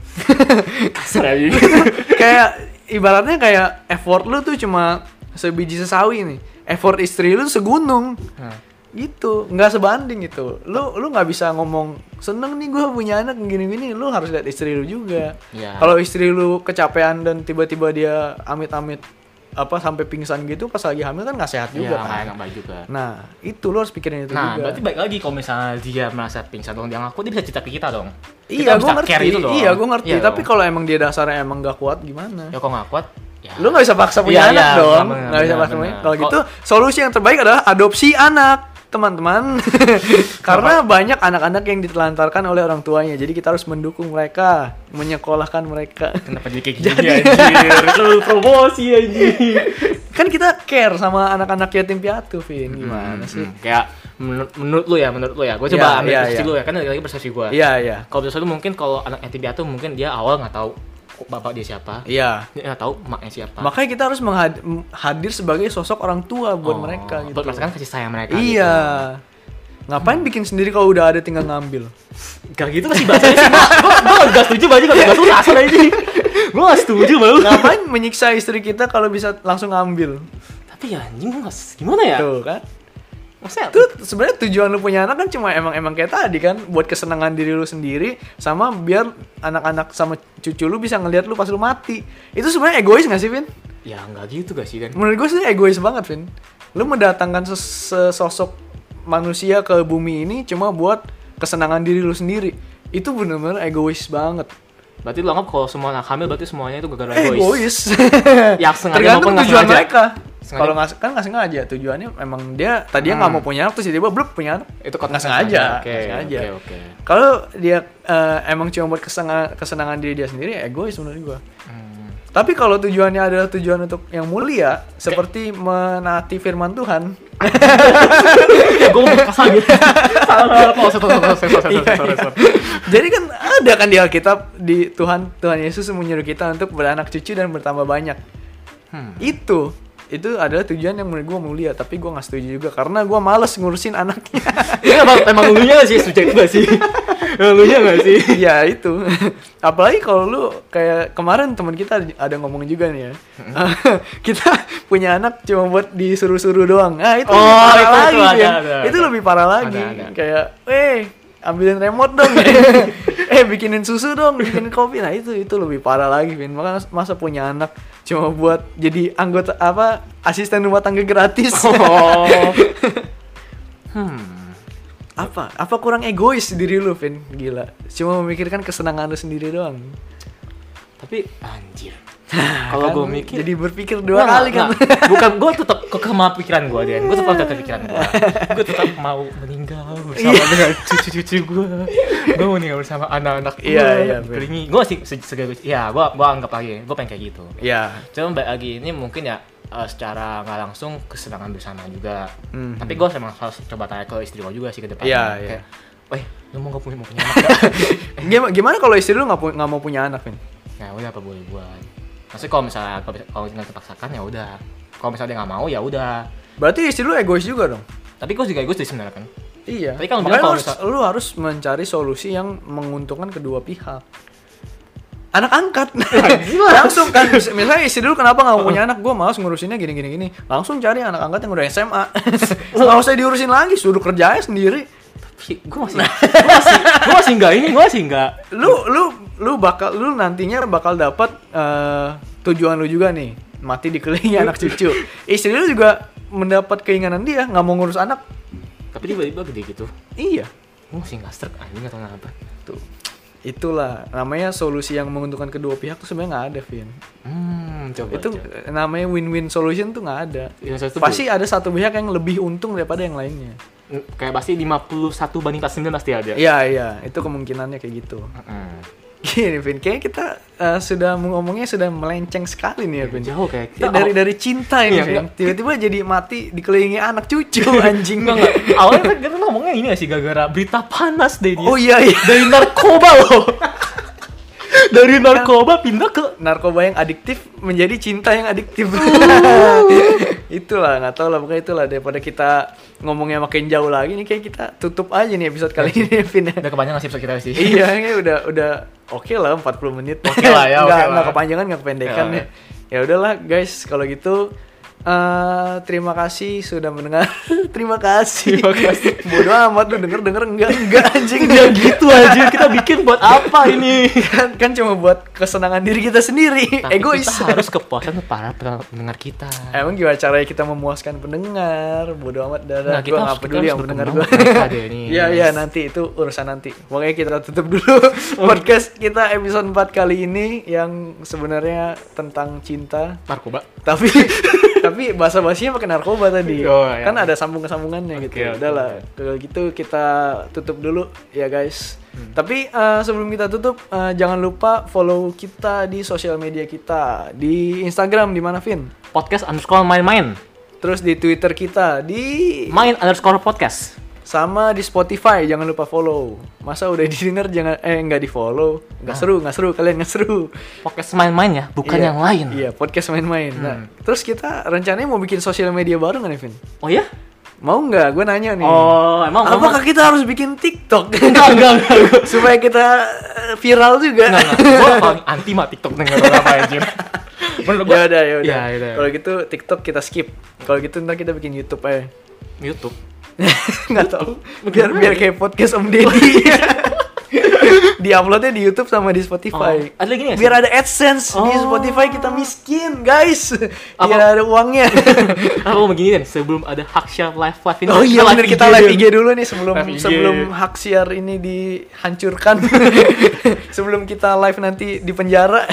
Kasar aja. Kayak ibaratnya kayak effort lu tuh cuma sebiji sesawi nih. Effort istri lu segunung. Gitu, nggak sebanding gitu. Lu nggak bisa ngomong seneng nih gue punya anak gini-gini. Lu harus lihat istri lu juga. Ya. Kalau istri lu kecapean dan tiba-tiba dia amit-amit sampai pingsan gitu pas lagi hamil, kan nggak sehat juga kan. Nggak baik juga. Nah, itu lu harus pikirin itu Nah, juga. berarti baik lagi kalau misalnya dia merasa pingsan dong, dia ngaku, dia bisa cerita ke kita dong. Iya, Kita gue bisa ngerti. care itu dong. Iya, gue ngerti. Iya Tapi dong. kalau emang dia dasarnya emang nggak kuat gimana? Ya kalau nggak kuat, ya. Lu nggak bisa paksa punya Iya, anak iya, dong. benar, Nggak bisa benar, paksa. benar. Kalau gitu, solusi yang terbaik adalah adopsi anak, teman-teman. Karena banyak anak-anak yang ditelantarkan oleh orang tuanya. Jadi kita harus mendukung mereka, menyekolahkan mereka. Kenapa jadi kayak gini anjir? Lu promosi anjir. Kan kita care sama anak-anak yatim piatu, Vin. Gimana sih? Kayak menurut lu ya, gue coba ambil persepsi lu ya, kan lagi persepsi gue. Iya. Kalau persepsi lu mungkin kalau anak yatim piatu mungkin dia awal nggak tahu bapak dia siapa, Iya. dia nggak tahu maknya siapa. Makanya kita harus hadir sebagai sosok orang tua buat mereka gitu. Buat merasakan kasih sayang mereka. Iya. Ngapain bikin sendiri kalau udah ada tinggal ngambil? Gak gitu sih bahasanya sih. Gue gak setuju banget kalau bahasa lu kasar aja. Gue gak setuju malu. Ngapain menyiksa istri kita kalau bisa langsung ngambil? Tapi ya anjing gimana ya? Tuh kan. Maksudnya Itu sebenarnya tujuan lu punya anak kan cuma emang kayak tadi kan, buat kesenangan diri lu sendiri, sama biar anak-anak sama cucu lu bisa ngelihat lu pas lu mati. Itu sebenarnya egois gak sih, Vin? ya nggak gitu gak sih kan? Menurut gue sih egois banget, Vin. Lu mendatangkan sesosok manusia ke bumi ini cuma buat kesenangan diri lu sendiri. Itu bener-bener egois banget. Berarti lu anggap kalau semua anak hamil berarti semuanya itu gara-gara Egois. Yang sengaja Tergantung maupun nggak tujuan sengaja. mereka. Sengaja. Kalau nggak sengaja, tujuannya emang dia tadinya nggak mau punya anak terus tiba-tiba blub punya anak. Itu nggak sengaja. Oke, Nggak sengaja. oke. Kalau dia emang cuma buat kesenangan diri dia sendiri, ya egois menurut gua. Tapi kalau tujuannya adalah tujuan untuk yang mulia, seperti menaati firman Tuhan. Ya gue mau kasar gitu. Salah. Jadi kan ada kan di Alkitab, di Tuhan Yesus menyuruh kita untuk beranak cucu dan bertambah banyak. Itu itu adalah tujuan yang menurut gue mulia, tapi gue nggak setuju juga karena gue males ngurusin anaknya. Iya emang lunya gak sih subjektif gak sih? Lunya gak sih? Ya itu. Apalagi kalau lu kayak kemarin teman kita ada ngomong juga nih ya. Kita punya anak cuma buat disuruh-suruh doang. Nah itu lebih parah lagi ya. Itu lebih parah lagi. Kayak, ambilin remote dong. Bikinin susu dong, bikinin kopi. Nah itu lebih parah lagi, Vin. Masa punya anak cuma buat jadi anggota asisten rumah tangga gratis. Apa kurang egois diri lu, Vin? Gila. Cuma memikirkan kesenangan lu sendiri doang. Tapi anjir. Kalau gue mikir jadi berpikir dua kali kan. Bukan, gue tetap kekemah pikiran gue, Dan. Gue tetap ke pikiran gue. Gue tetap mau meninggal bersama dengan cucu-cucu gue. Gue mau meninggal bersama anak-anak gue. Iya. Gue sih segagus. Ya, gue anggap lagi. Gue pengen kayak gitu. Iya. Cuma balik lagi ini mungkin ya secara nggak langsung kesenangan bersama juga. Tapi gue emang harus coba tanya ke istri gue juga sih ke depannya. Iya. Kayak, lu mau punya anak? Gimana kalau istri lu nggak mau punya anak, Vin? Ya udah, apa boleh buat. Maksudnya kalau nggak terpaksakan ya udah. Kalau misalnya dia nggak mau ya udah. Berarti istri lu egois juga dong? Tapi gue juga egois sih sebenarnya kan. Iya. Tapi kalau makanya lu harus mencari solusi yang menguntungkan kedua pihak. Anak angkat. Langsung kan. Misalnya istri lu kenapa nggak mau punya anak? Gue malas ngurusinnya gini. Langsung cari anak angkat yang udah SMA. Nggak usah diurusin lagi, suruh kerjanya sendiri. Gue masih enggak. Lu nantinya bakal dapat tujuan lu juga nih, mati dikelilingi anak cucu. Istri lu juga mendapat keinginan dia, nggak mau ngurus anak. Tapi tiba-tiba gede gitu. Iya. Gue masih nggak struk anjing atau apa. Tuh. Itulah namanya solusi yang menguntungkan kedua pihak tuh sebenarnya nggak ada, Vin. Coba. Namanya win-win solution tuh nggak ada. Ya, pasti ada satu pihak yang lebih untung daripada yang lainnya. Kayak pasti 51/49 pasti ada. Iya, itu kemungkinannya kayak gitu. Gini, Vin, kayaknya kita sudah ngomongnya sudah melenceng sekali nih ya, Vin. Jauh kayak kita dari cinta ini, Vin. Tiba-tiba jadi mati dikelilingi anak cucu, anjing. Enggak. Awalnya kita ngomongnya ini gak sih, gara-gara berita panas deh dia. Oh iya. Dari narkoba loh. Dari narkoba pindah ke narkoba yang adiktif menjadi cinta yang adiktif. Itulah, nggak tahu lah, pokoknya itulah, daripada kita ngomongnya makin jauh lagi nih, kayak kita tutup aja nih episode kali ini, Vin. Udah kepanjangan sih episode kita sih. Iya, ini udah oke lah 40 menit. Oke lah ya, nggak kepanjangan, nggak kependekan ya. Ya udahlah guys, kalau gitu terima kasih sudah mendengar. Terima kasih. Bodoh amat lu denger enggak anjing. Enggak gitu anjing, kita bikin buat apa ini? kan cuma buat kesenangan diri kita sendiri. Tapi egois. Kita harus kepuasan para pendengar kita. Emang gimana caranya kita memuaskan pendengar? Bodoh amat dah. Gua enggak peduli yang mendengar gua. Iya, nanti itu urusan nanti. Pokoknya kita tutup dulu podcast kita episode 4 kali ini yang sebenarnya tentang cinta, narkoba. Tapi bahasa-bahasanya pakai narkoba tadi. Iya. Kan ada sambung-sambungannya gitu. Udahlah, kalau gitu kita tutup dulu ya guys. Tapi sebelum kita tutup, jangan lupa follow kita di sosial media kita. Di Instagram di mana, Vin? Podcast_main-main. Terus di Twitter kita di main_podcast. Sama di Spotify, jangan lupa follow. Masa udah didengar nggak di follow? Nggak seru, kalian nggak seru. Podcast main-main ya, bukan yang lain. Iya, podcast main-main. Nah, terus kita rencananya mau bikin sosial media baru nggak nih, Vin? Oh ya? Mau nggak? Gue nanya nih. Oh, emang apakah kita harus bikin TikTok? Enggak. Supaya kita viral juga. Enggak. Gue paling anti mah TikTok denger apa anjir. Ya udah. Ya. Kalau gitu TikTok kita skip. Kalau gitu ntar kita bikin YouTube aja. YouTube. Nggak tahu. Biar kayak podcast Om Deddy. Di-uploadnya di YouTube sama di Spotify. Ada lagi nih? Biar ada AdSense di Spotify, kita miskin, guys. Biar ada uangnya. Aku mau begini kan, sebelum ada Haksiar live ini. Oh iya, bener, kita live IG dulu nih sebelum Haksiar ini dihancurkan. Sebelum kita live nanti di penjara.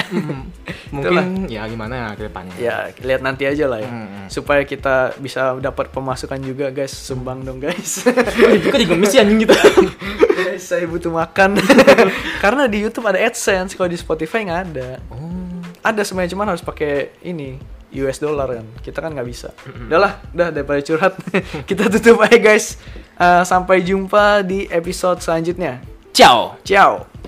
Mungkin ya gimana ke depannya. Ya, lihat nanti aja lah ya. Supaya kita bisa dapat pemasukan juga, guys. Sumbang dong, guys. Juga digemis ya anjing gitu. Saya butuh makan. Karena di YouTube ada AdSense, kalau di Spotify nggak ada. Ada sebenarnya, cuman harus pakai ini US dollar kan. Kita kan nggak bisa. Udah daripada curhat. Kita tutup aja guys. Sampai jumpa di episode selanjutnya. Ciao.